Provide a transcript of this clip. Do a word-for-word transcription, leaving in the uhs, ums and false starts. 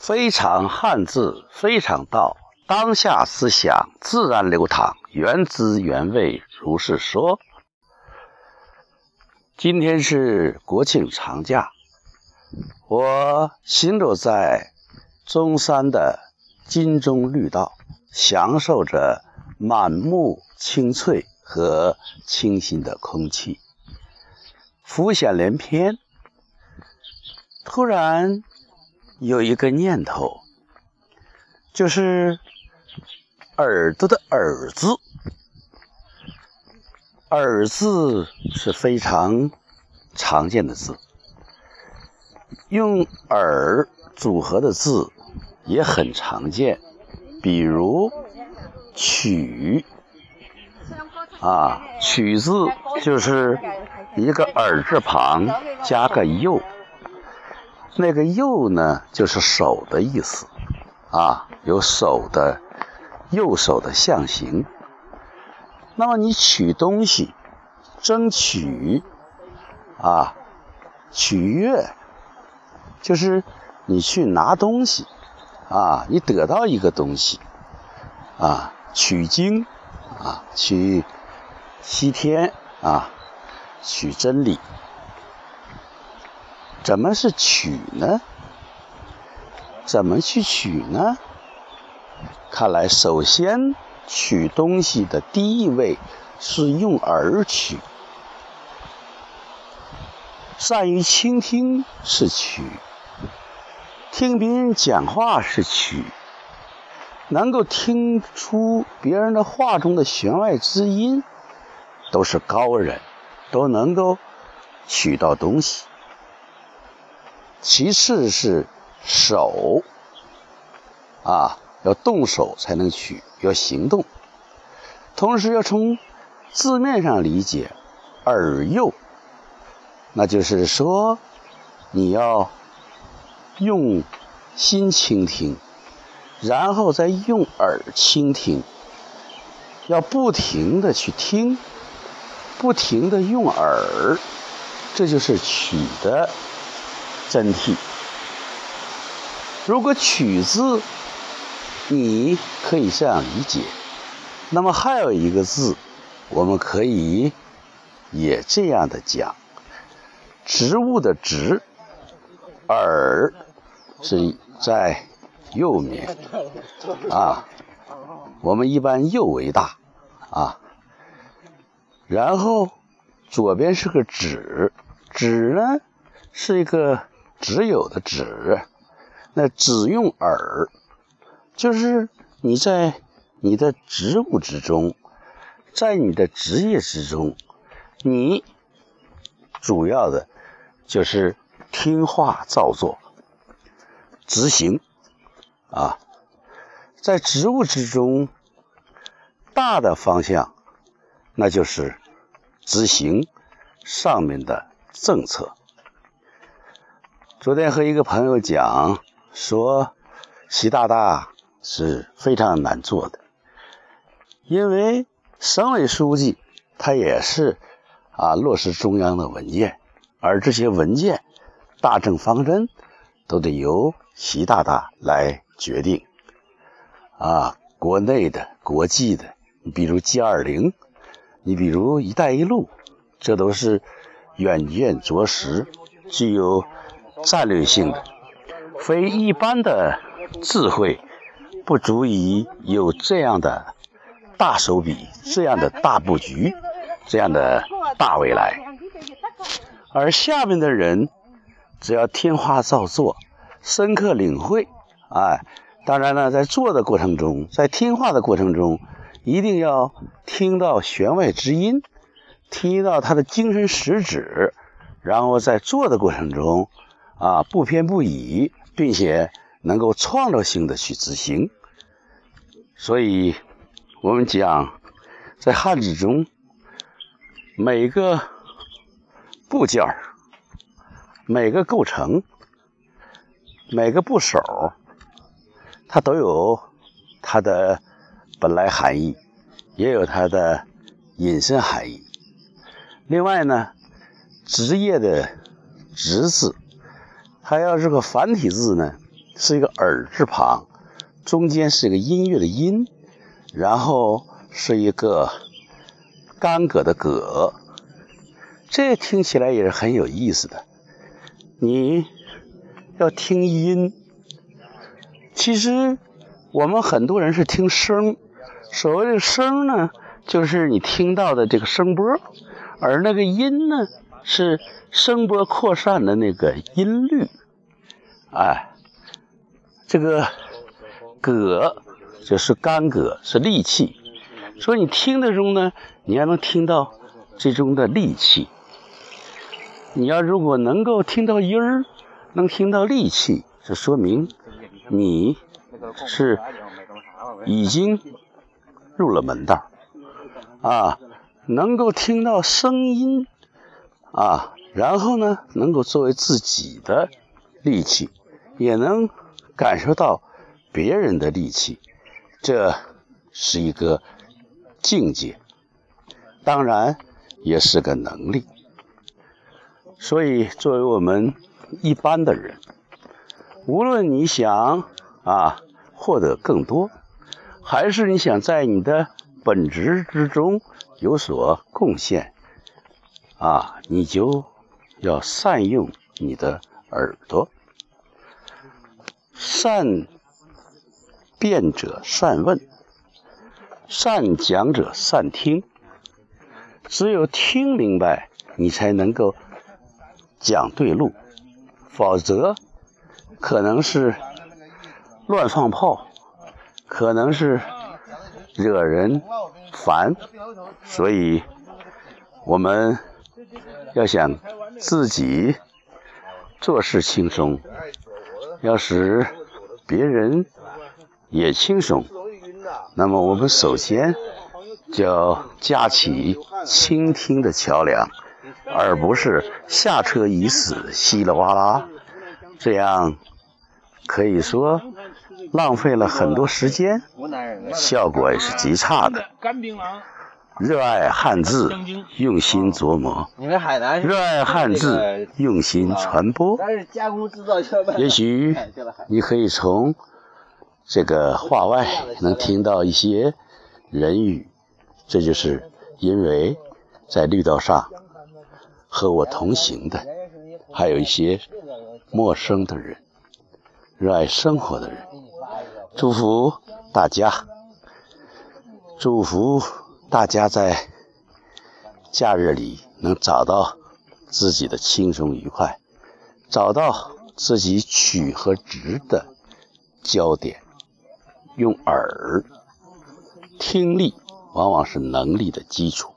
非常汉字，非常道，当下思想自然流淌，原汁原味如是说。今天是国庆长假，我行走在中山的金钟绿道，享受着满目青翠和清新的空气，浮想联翩。突然有一个念头，就是耳朵的耳字。耳字是非常常见的字，用耳组合的字也很常见，比如曲啊，曲字就是一个耳字旁加个右，那个右呢就是手的意思啊，有手的右手的象形。那么你取东西，争取啊，取悦，就是你去拿东西啊，你得到一个东西啊，取经啊，取西天啊，取真理。怎么是取呢？怎么去取呢？看来首先取东西的第一位是用耳取，善于倾听是取，听别人讲话是取，能够听出别人的话中的弦外之音，都是高人，都能够取到东西。其次是手啊，要动手才能取，要行动。同时要从字面上理解，耳右，那就是说你要用心倾听，然后再用耳倾听，要不停的去听，不停的用耳，这就是取的真谛。如果取字你可以这样理解，那么还有一个字我们可以也这样的讲，植物的植，耳是在右面啊，我们一般右为大啊，然后左边是个止，止呢是一个只有的止，那只用耳，就是你在你的职务之中，在你的职业之中，你主要的就是听话照做，执行啊。在职务之中，大的方向那就是执行上面的政策。昨天和一个朋友讲说，习大大是非常难做的，因为省委书记他也是啊落实中央的文件，而这些文件大政方针都得由习大大来决定啊，国内的国际的，你比如 G 二十， 你比如一带一路，这都是远见卓识，具有战略性的，非一般的智慧不足以有这样的大手笔，这样的大布局，这样的大未来。而下面的人只要听话照做，深刻领会，哎，当然呢，在做的过程中，在听话的过程中，一定要听到弦外之音，听到他的精神实质，然后在做的过程中啊，不偏不倚，并且能够创造性的去执行。所以我们讲，在汉字中，每个部件儿，每个构成，每个部首，它都有它的本来含义，也有它的引申含义。另外呢，职业的职字，它要是个繁体字呢， 是一个耳字旁，中间是一个音乐的音，然后是一个干戈的戈，这听起来也是很有意思的。你要听音，其实我们很多人是听声，所谓的声呢，就是你听到的这个声波，而那个音呢，是声波扩散的那个音律。哎，这个戈就是干戈，是力气，所以你听的中呢，你要能听到这中的力气。你要如果能够听到音儿，能听到力气，这说明你是已经入了门道啊，能够听到声音啊，然后呢，能够作为自己的力气，也能感受到别人的力气，这是一个境界，当然也是个能力。所以作为我们一般的人，无论你想啊获得更多，还是你想在你的本职之中有所贡献啊，你就要善用你的耳朵。善辩者善问，善讲者善听，只有听明白，你才能够讲对路，否则可能是乱放炮，可能是惹人烦。所以我们要想自己做事轻松，要使别人也轻松，那么我们首先就要架起倾听的桥梁，而不是下车已死稀里哗啦，这样可以说浪费了很多时间，效果也是极差的。热爱汉字，用心琢磨；热爱汉字，用心传播。也许你可以从这个话外能听到一些人语，这就是因为在绿道上和我同行的还有一些陌生的人，热爱生活的人。祝福大家，祝福大家在假日里能找到自己的轻松愉快，找到自己曲和直的焦点。用耳，听力往往是能力的基础。